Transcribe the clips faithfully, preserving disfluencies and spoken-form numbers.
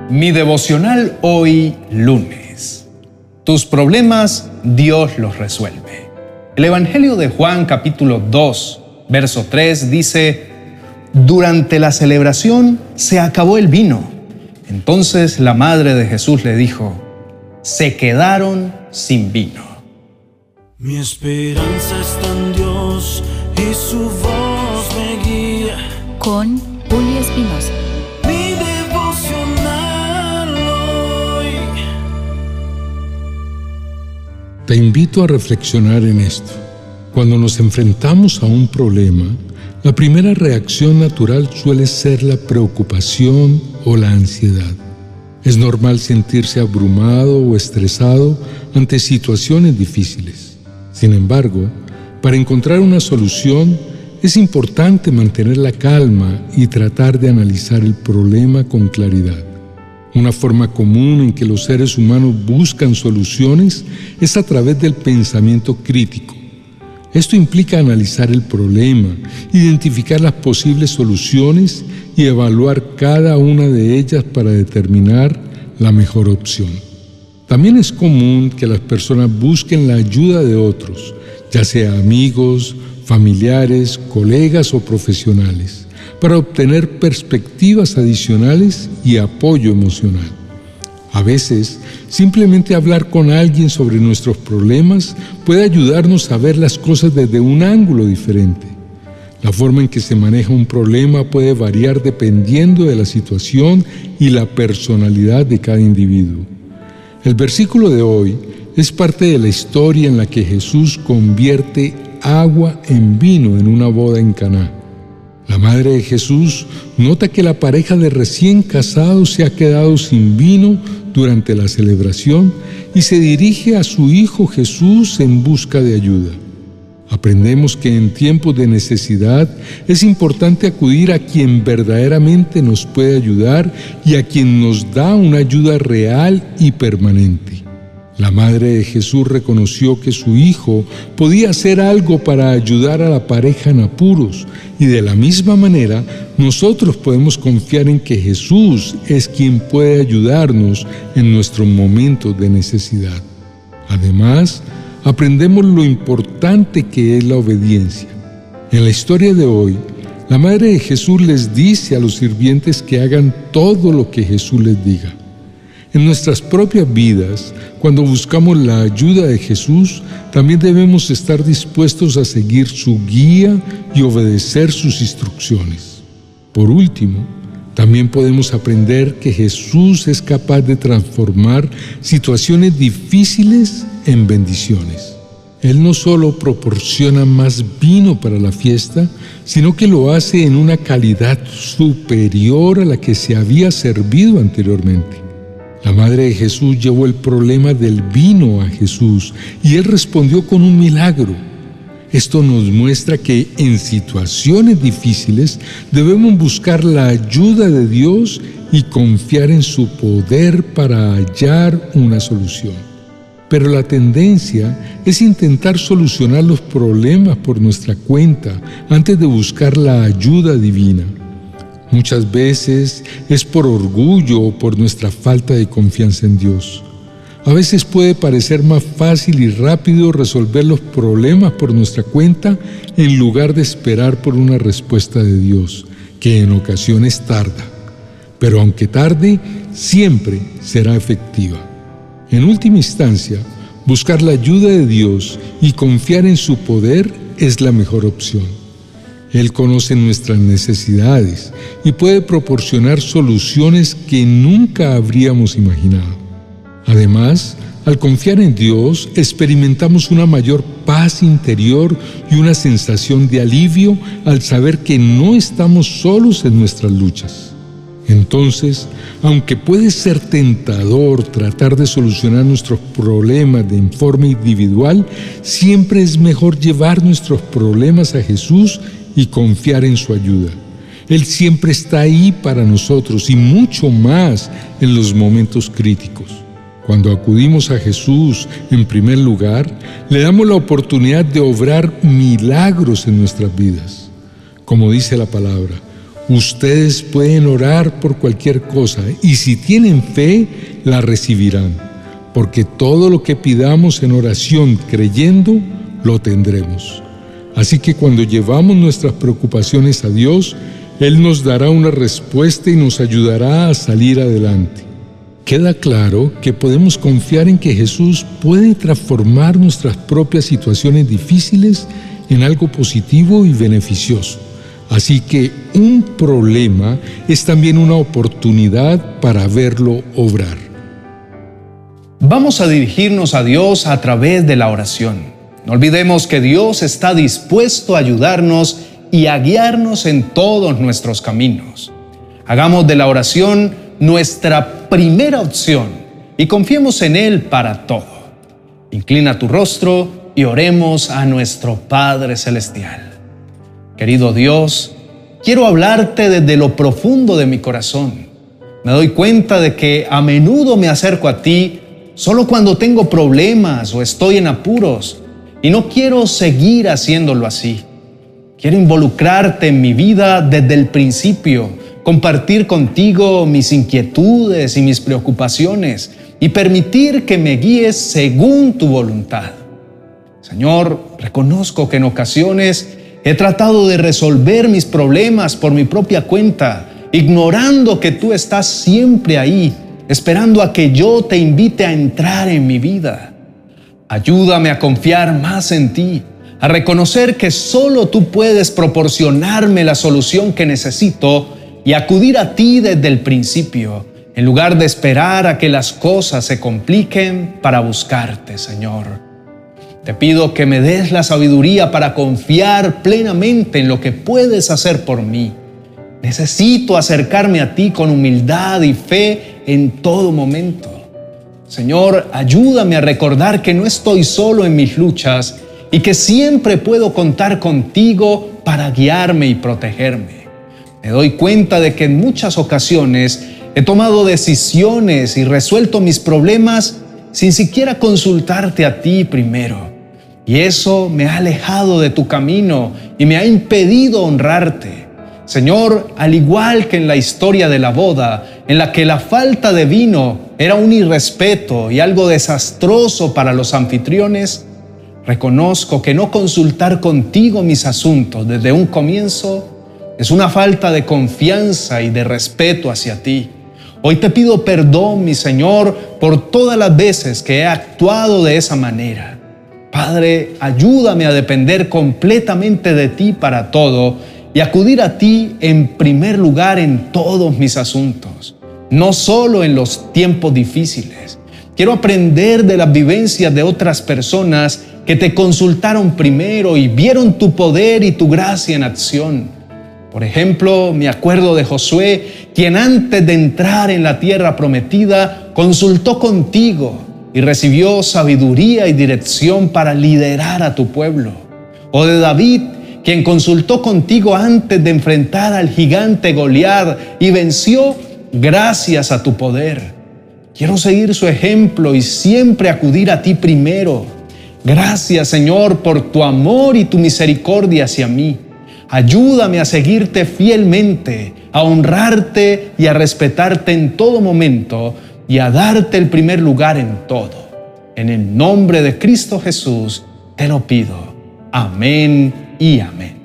Mi devocional hoy lunes. Tus problemas, Dios los resuelve. El Evangelio de Juan capítulo dos, verso tres dice: durante la celebración se acabó el vino. Entonces la madre de Jesús le dijo: se quedaron sin vino. Mi esperanza está en Dios y su voz me guía. Con Julio Espinosa. Mi devocional hoy. Te invito a reflexionar en esto. Cuando nos enfrentamos a un problema, la primera reacción natural suele ser la preocupación o la ansiedad. Es normal sentirse abrumado o estresado ante situaciones difíciles. Sin embargo, para encontrar una solución, es importante mantener la calma y tratar de analizar el problema con claridad. Una forma común en que los seres humanos buscan soluciones es a través del pensamiento crítico. Esto implica analizar el problema, identificar las posibles soluciones y evaluar cada una de ellas para determinar la mejor opción. También es común que las personas busquen la ayuda de otros, ya sea amigos, familiares, colegas o profesionales, para obtener perspectivas adicionales y apoyo emocional. A veces, simplemente hablar con alguien sobre nuestros problemas puede ayudarnos a ver las cosas desde un ángulo diferente. La forma en que se maneja un problema puede variar dependiendo de la situación y la personalidad de cada individuo. El versículo de hoy es parte de la historia en la que Jesús convierte agua en vino en una boda en Caná. La madre de Jesús nota que la pareja de recién casados se ha quedado sin vino durante la celebración y se dirige a su hijo Jesús en busca de ayuda. Aprendemos que en tiempos de necesidad es importante acudir a quien verdaderamente nos puede ayudar y a quien nos da una ayuda real y permanente. La madre de Jesús reconoció que su hijo podía hacer algo para ayudar a la pareja en apuros, y de la misma manera nosotros podemos confiar en que Jesús es quien puede ayudarnos en nuestros momentos de necesidad. Además, aprendemos lo importante que es la obediencia. En la historia de hoy, la madre de Jesús les dice a los sirvientes que hagan todo lo que Jesús les diga. En nuestras propias vidas, cuando buscamos la ayuda de Jesús, también debemos estar dispuestos a seguir su guía y obedecer sus instrucciones. Por último, también podemos aprender que Jesús es capaz de transformar situaciones difíciles en bendiciones. Él no solo proporciona más vino para la fiesta, sino que lo hace en una calidad superior a la que se había servido anteriormente. La madre de Jesús llevó el problema del vino a Jesús y Él respondió con un milagro. Esto nos muestra que en situaciones difíciles debemos buscar la ayuda de Dios y confiar en su poder para hallar una solución. Pero la tendencia es intentar solucionar los problemas por nuestra cuenta antes de buscar la ayuda divina. Muchas veces es por orgullo o por nuestra falta de confianza en Dios. A veces puede parecer más fácil y rápido resolver los problemas por nuestra cuenta en lugar de esperar por una respuesta de Dios, que en ocasiones tarda. Pero aunque tarde, siempre será efectiva. En última instancia, buscar la ayuda de Dios y confiar en su poder es la mejor opción. Él conoce nuestras necesidades y puede proporcionar soluciones que nunca habríamos imaginado. Además, al confiar en Dios, experimentamos una mayor paz interior y una sensación de alivio al saber que no estamos solos en nuestras luchas. Entonces, aunque puede ser tentador tratar de solucionar nuestros problemas de forma individual, siempre es mejor llevar nuestros problemas a Jesús y confiar en su ayuda. Él siempre está ahí para nosotros y mucho más en los momentos críticos. Cuando acudimos a Jesús en primer lugar, le damos la oportunidad de obrar milagros en nuestras vidas. Como dice la palabra, Ustedes pueden orar por cualquier cosa y si tienen fe, la recibirán, porque todo lo que pidamos en oración creyendo, lo tendremos. Así que cuando llevamos nuestras preocupaciones a Dios, Él nos dará una respuesta y nos ayudará a salir adelante. Queda claro que podemos confiar en que Jesús puede transformar nuestras propias situaciones difíciles en algo positivo y beneficioso. Así que un problema es también una oportunidad para verlo obrar. Vamos a dirigirnos a Dios a través de la oración. No olvidemos que Dios está dispuesto a ayudarnos y a guiarnos en todos nuestros caminos. Hagamos de la oración nuestra primera opción y confiemos en Él para todo. Inclina tu rostro y oremos a nuestro Padre Celestial. Querido Dios, quiero hablarte desde lo profundo de mi corazón. Me doy cuenta de que a menudo me acerco a ti solo cuando tengo problemas o estoy en apuros, y no quiero seguir haciéndolo así. Quiero involucrarte en mi vida desde el principio, compartir contigo mis inquietudes y mis preocupaciones y permitir que me guíes según tu voluntad. Señor, reconozco que en ocasiones he tratado de resolver mis problemas por mi propia cuenta, ignorando que tú estás siempre ahí, esperando a que yo te invite a entrar en mi vida. Ayúdame a confiar más en ti, a reconocer que solo tú puedes proporcionarme la solución que necesito y acudir a ti desde el principio, en lugar de esperar a que las cosas se compliquen para buscarte, Señor. Te pido que me des la sabiduría para confiar plenamente en lo que puedes hacer por mí. Necesito acercarme a ti con humildad y fe en todo momento. Señor, ayúdame a recordar que no estoy solo en mis luchas y que siempre puedo contar contigo para guiarme y protegerme. Me doy cuenta de que en muchas ocasiones he tomado decisiones y resuelto mis problemas sin siquiera consultarte a ti primero. Y eso me ha alejado de tu camino y me ha impedido honrarte. Señor, al igual que en la historia de la boda, en la que la falta de vino era un irrespeto y algo desastroso para los anfitriones, reconozco que no consultar contigo mis asuntos desde un comienzo es una falta de confianza y de respeto hacia ti. Hoy te pido perdón, mi Señor, por todas las veces que he actuado de esa manera. Padre, ayúdame a depender completamente de ti para todo y acudir a ti en primer lugar en todos mis asuntos, no solo en los tiempos difíciles. Quiero aprender de las vivencias de otras personas que te consultaron primero y vieron tu poder y tu gracia en acción. Por ejemplo, me acuerdo de Josué, quien antes de entrar en la tierra prometida, consultó contigo y recibió sabiduría y dirección para liderar a tu pueblo. O de David, quien consultó contigo antes de enfrentar al gigante Goliat y venció gracias a tu poder. Quiero seguir su ejemplo y siempre acudir a ti primero. Gracias, Señor, por tu amor y tu misericordia hacia mí. Ayúdame a seguirte fielmente, a honrarte y a respetarte en todo momento y a darte el primer lugar en todo. En el nombre de Cristo Jesús te lo pido. Amén y amén.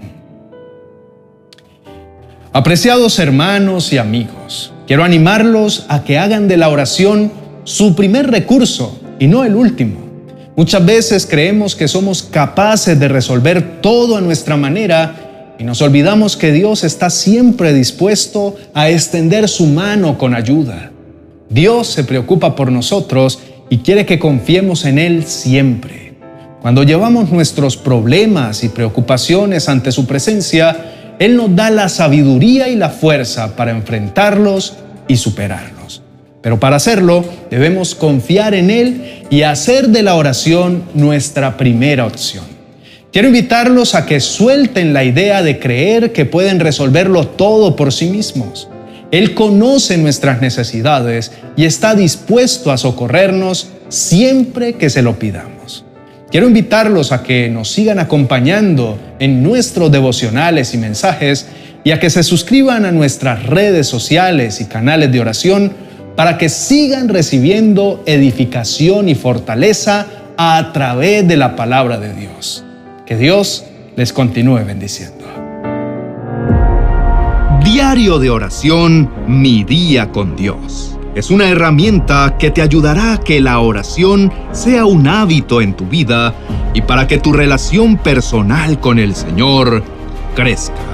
Apreciados hermanos y amigos, quiero animarlos a que hagan de la oración su primer recurso y no el último. Muchas veces creemos que somos capaces de resolver todo a nuestra manera y nos olvidamos que Dios está siempre dispuesto a extender su mano con ayuda. Dios se preocupa por nosotros y quiere que confiemos en Él siempre. Cuando llevamos nuestros problemas y preocupaciones ante su presencia, Él nos da la sabiduría y la fuerza para enfrentarlos y superarlos. Pero para hacerlo, debemos confiar en Él y hacer de la oración nuestra primera opción. Quiero invitarlos a que suelten la idea de creer que pueden resolverlo todo por sí mismos. Él conoce nuestras necesidades y está dispuesto a socorrernos siempre que se lo pidamos. Quiero invitarlos a que nos sigan acompañando en nuestros devocionales y mensajes y a que se suscriban a nuestras redes sociales y canales de oración para que sigan recibiendo edificación y fortaleza a través de la palabra de Dios. Que Dios les continúe bendiciendo. Diario de oración, Mi Día con Dios. Es una herramienta que te ayudará a que la oración sea un hábito en tu vida y para que tu relación personal con el Señor crezca.